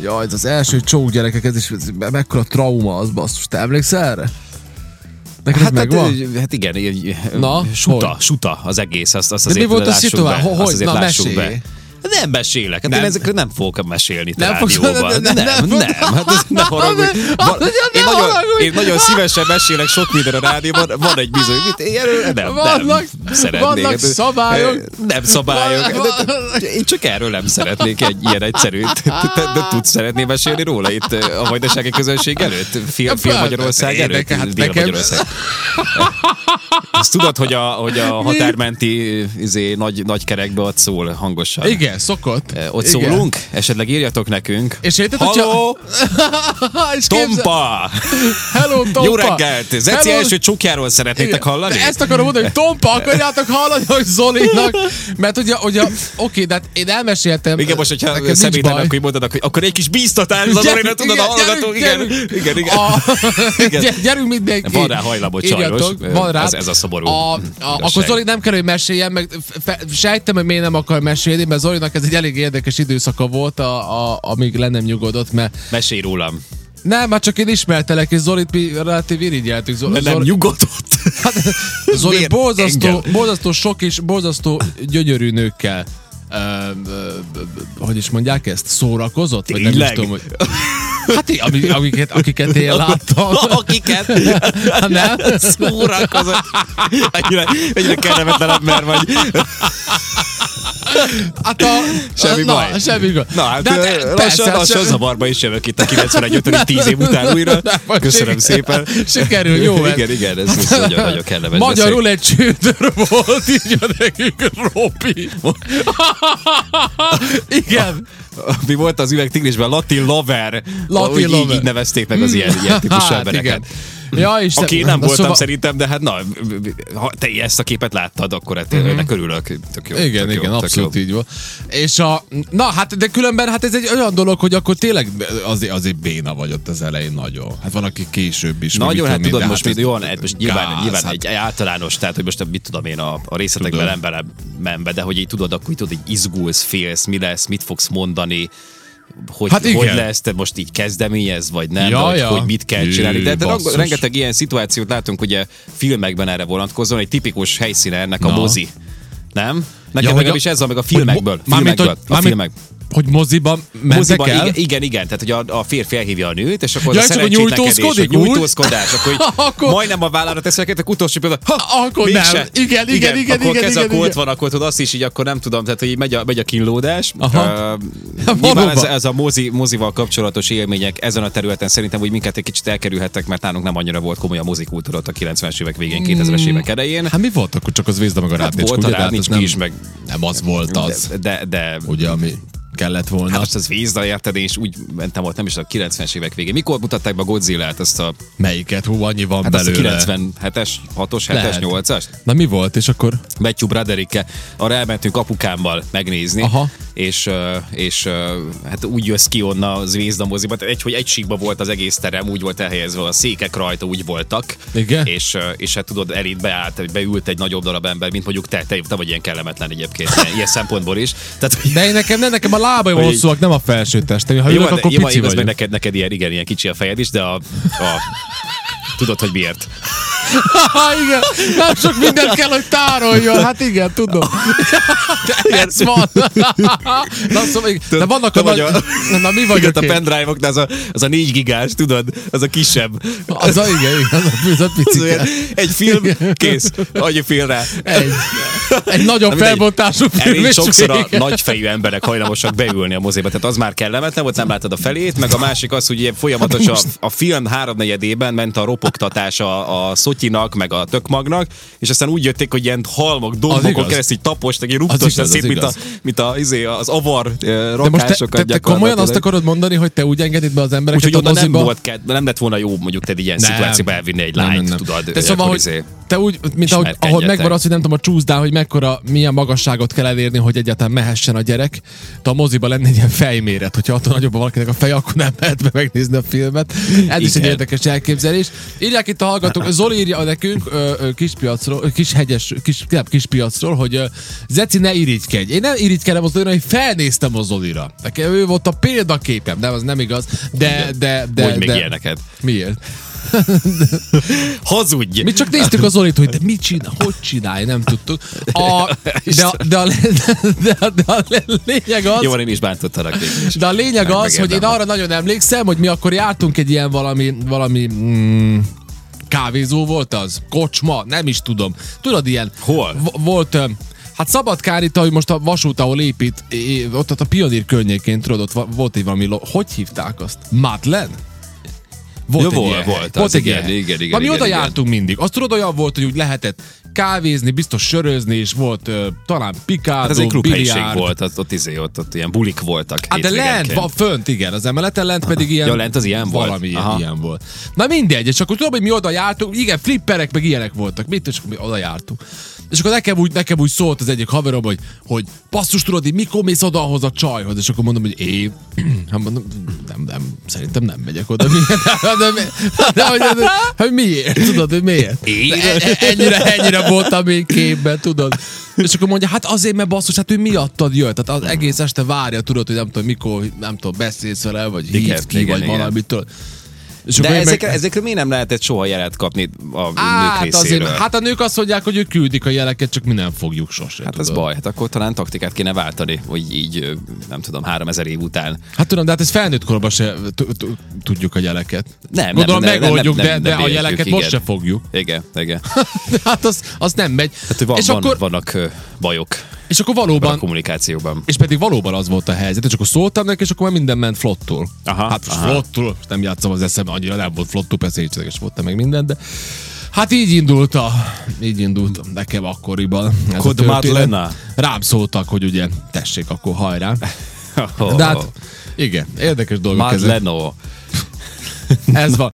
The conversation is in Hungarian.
Jaj, ez az első csók gyerekek, ez is mekkora trauma az, basszus. Te emlékszel erre? Neked megvan? Hát igen, na, suta az egész, azt azért mi volt a szituáció? Hogy? Na, mesélj. Nem mesélek, hát én ezekről nem fogok mesélni a rádióban. Nem, hát ez nem haragudj. Én nagyon szívesen mesélek sok minden a rádióban, van egy bizony, nem szeretnék. Vannak szabályok. Nem szabályok. Én csak erről nem szeretnék egy ilyen egyszerűt. De tudsz szeretni mesélni róla itt a vajdasági közönség előtt? Fél Magyarország előtt? Dél Magyarország. Azt tudod, hogy a határmenti nagy kerekbe ott szól hangosan. Igen, szokott. Ott szólunk? Esetleg írjatok nekünk. És érted, halló! Tompa! Hello, Tompa! Jó reggelt! Zeci első csukjáról szeretnétek hallani? De ezt akarom mondani, hogy Tompa, akarjátok hallani, hogy Zolinak? Mert ugye oké, de hát én elmeséltem. Igen, most, hogyha személytelen, akkor mondod, hogy akkor egy kis bíztatás az Zolina, tudod, a hallgató. Igen. Gyerünk mindenki. Van rá hajlamot sajnos. Van rá. Ez a szomorú. Akkor Zoli nem kell, hogy meséljen, meg sejtem, hogy miért nem akar mesélni, mert Zolinak ez egy elég érdekes időszaka volt, amíg le nem nyugodott, mert... Mesélj rólam. Nem, már csak én ismertelek, és Zolit mi relatív irigyeltük. Nem nyugodott. Hát, Zoli borzasztó sok és borzasztó gyönyörű nőkkel hogy is mondják ezt? Szórakozott? Vagy nem is tudom, hogy... Hát akiket én láttam. Akiket? Nem? Szórakozott. Egyre kellemetlenebb, mert vagy. Hát semmi baj. Semmi gond. Na hát lassan zavarba is jövök itt a 91. 10 év után újra. Köszönöm szépen. Sikerül, jó. Igen, ez nagyon kellemes. Magyarul egy csődör volt, így nekünk Robi. Igen. Mi volt az Üvegtigrisben? Latin lover. Így nevezték meg az ilyen típusú embereket. Ja, aki nem voltam szerintem, de hát na, ha te ezt a képet láttad, akkor ennek örülök. Tök jó, igen, abszolút így van. És na hát, de különben hát ez egy olyan dolog, hogy akkor tényleg azért béna vagy ott az elején nagyon. Hát van, aki később is. Nagyon, hát tudod, most nyilván egy általános, tehát hogy most mit tudom én a részletekben nem be, de hogy így tudod, akkor így izgulsz, félsz, mi lesz, mit fogsz mondani, hogy lesz, te most így kezdeményez, vagy nem, hogy mit kell csinálni. De rengeteg ilyen szituációt látunk, ugye filmekben erre vonatkozóan, egy tipikus helyszíne ennek a mozi. Nem? Nekem legalábbis ez van meg a filmekből. Hogy moziban mentek el? Igen, tehát hogy a férfi elhívja a nőt, és akkor a szerencsétlenkedés, nyújtózkodás, akkor majdnem a vállára teszel, utolsó pillanat, akkor nem. Igen. Akkor kezak ott van, akkor tudod, azt is így akkor nem tudom, tehát hogy így megy a kínlódás. Nyilván ez a mozival kapcsolatos élmények ezen a területen szerintem, hogy minket egy kicsit elkerülhettek, mert nálunk nem annyira volt komoly a mozikultúra a 90-es évek végén, 2000-es évek elején. Hát mi volt akkor csak az Vézda meg a Rátnicska? Volt a Rátnicska is, meg... Nem az volt az. De ugye, ami kellett volna. Hát most az Vézda, érted, és úgy mentem ott, nem is a 90-es évek végén. Mikor mutatták be a Godzillát, azt a... Melyiket? Annyi van hát belőle. Azt a 97-es, 6-os, 7-es, 8-as? Na mi volt, és akkor? Matthew Broderickkel. Arra elmentünk apukámmal megnézni. Aha. És hát úgy jössz ki onnan az Vézda moziba, hogy egy síkba volt az egész terem, úgy volt elhelyezve, a székek rajta úgy voltak. Igen? És hát tudod, eléd beült egy nagyobb darab ember, mint mondjuk te vagy ilyen kellemetlen egyébként, ilyen szempontból is. Tehát, de nekem a lábaim hosszúak, nem a felső testem. Ha ülök, akkor pici vagyok. Neked ilyen kicsi a fejed is, de tudod, hogy miért. Igen, nem sok mindent kell, hogy tároljon. Hát igen, tudom. Ez van. De vannak na mi vagyok én? A pendrive-oknál az a 4 gigás, tudod? Az a kisebb. Az a picike. Egy film, kész. Adj fél rá. Egy nagyobb felbontású film. Elég sokszor a nagyfejű emberek hajlamosak beülni a moziba. Tehát az már kellemetlen volt, nem láttad a felét, meg a másik az, hogy folyamatosan a film 3/4-ében ment a ropogtatás a Szotyinak, meg a Tökmagnak, és aztán úgy jöttek, hogy ilyen halmok, dombokon keresztül tapostak, így rúgtostak szét, mint az avar rakásokat. Te komolyan azt akarod mondani, hogy te úgy engedid be az embereket a moziba? Nem lett volna jó mondjuk te ilyen szituációba elvinni egy lányt, tudod. De szóval, hogy te úgy, mint ahogy megvan az, hogy nem tudom, a csúszdán, hogy milyen magasságot kell elérni, hogy egyáltalán mehessen a gyerek. De a moziban lenne egy ilyen fejméret, hogyha attól nagyobb valakinek a fej, akkor nem lehet be megnézni a filmet. Ez is egy érdekes elképzelés. Írják itt a hallgatók, Zoli írja nekünk Kispiacról, hogy Zeci, ne irigykedj. Én nem irigykedem az Zolira, hogy felnéztem az Zolira. Nekem ő volt a példaképem, de az nem igaz. De hogy még ilyeneket. Miért? Hazudj! Mi csak néztük az Zolit, hogy de mit csinál, hogy csinálja, nem tudtuk. De a lényeg az... Jó, én is bántottalak. De a lényeg az, hogy én arra nagyon emlékszem, hogy mi akkor jártunk egy ilyen valami kávézó volt az? Kocsma? Nem is tudom. Tudod, ilyen... Hol? Volt... Hát Szabadkán itt, ahogy most a vasút, ahol épít, ott a Pionír környékén, tudod, ott volt egy valami... Hogy hívták azt? Madlen? Volt egy ilyen. Igen. Mi oda jártunk mindig. Azt tudod, olyan volt, hogy úgy lehetett kávézni, biztos sörözni, és volt talán pikádó, ez egy klubhelység volt, ott ilyen bulik voltak. Hát de lent, fönt, igen, az emeleten lent pedig ilyen... Ja, lent az ilyen volt? Valami ilyen volt. Na mindegy, és akkor tudom, hogy mi oda jártunk, igen, flipperek meg ilyenek voltak, és akkor mi oda jártunk. És akkor nekem úgy szólt az egyik haverom, hogy basszus, tudod, hogy mikor mész oda ahhoz a csajhoz, és akkor mondom, hogy nem, szerintem nem megyek oda. Hogy miért? Tudod, hogy miért? Ennyire voltam én képben, tudod. És akkor mondja, hát azért, mert basszus, hát ő miattad jött. Tehát az egész este várja, tudod, hogy nem tudom, mikor, nem tudom, beszélsz vele, vagy hívsz ki, vagy valamit, tudod. De ezekről miért nem lehetett soha jelet kapni a nők részéről? Hát a nők azt mondják, hogy ők küldik a jeleket, csak mi nem fogjuk sosem. Hát ez baj, hát akkor talán taktikát kéne váltani, hogy így, nem tudom, 3000 év után. Hát tudom, de hát ez felnőtt korban se tudjuk a jeleket. Gondolom megoldjuk, de a jeleket most se fogjuk. Igen. Hát az nem megy. Hát vannak bajok. És akkor valóban... A kommunikációban. És pedig valóban az volt a helyzet, és akkor szóltam neki, és akkor már minden ment flottul. Hát flottul, nem játszom az eszembe, annyira nem volt flottul, persze és voltam meg minden, de hát így indult nekem akkoriban. Kod Madlena. Rám szóltak, hogy ugye tessék, akkor hajrá. De hát igen, érdekes dolgok ezek. Madleno. Ez van.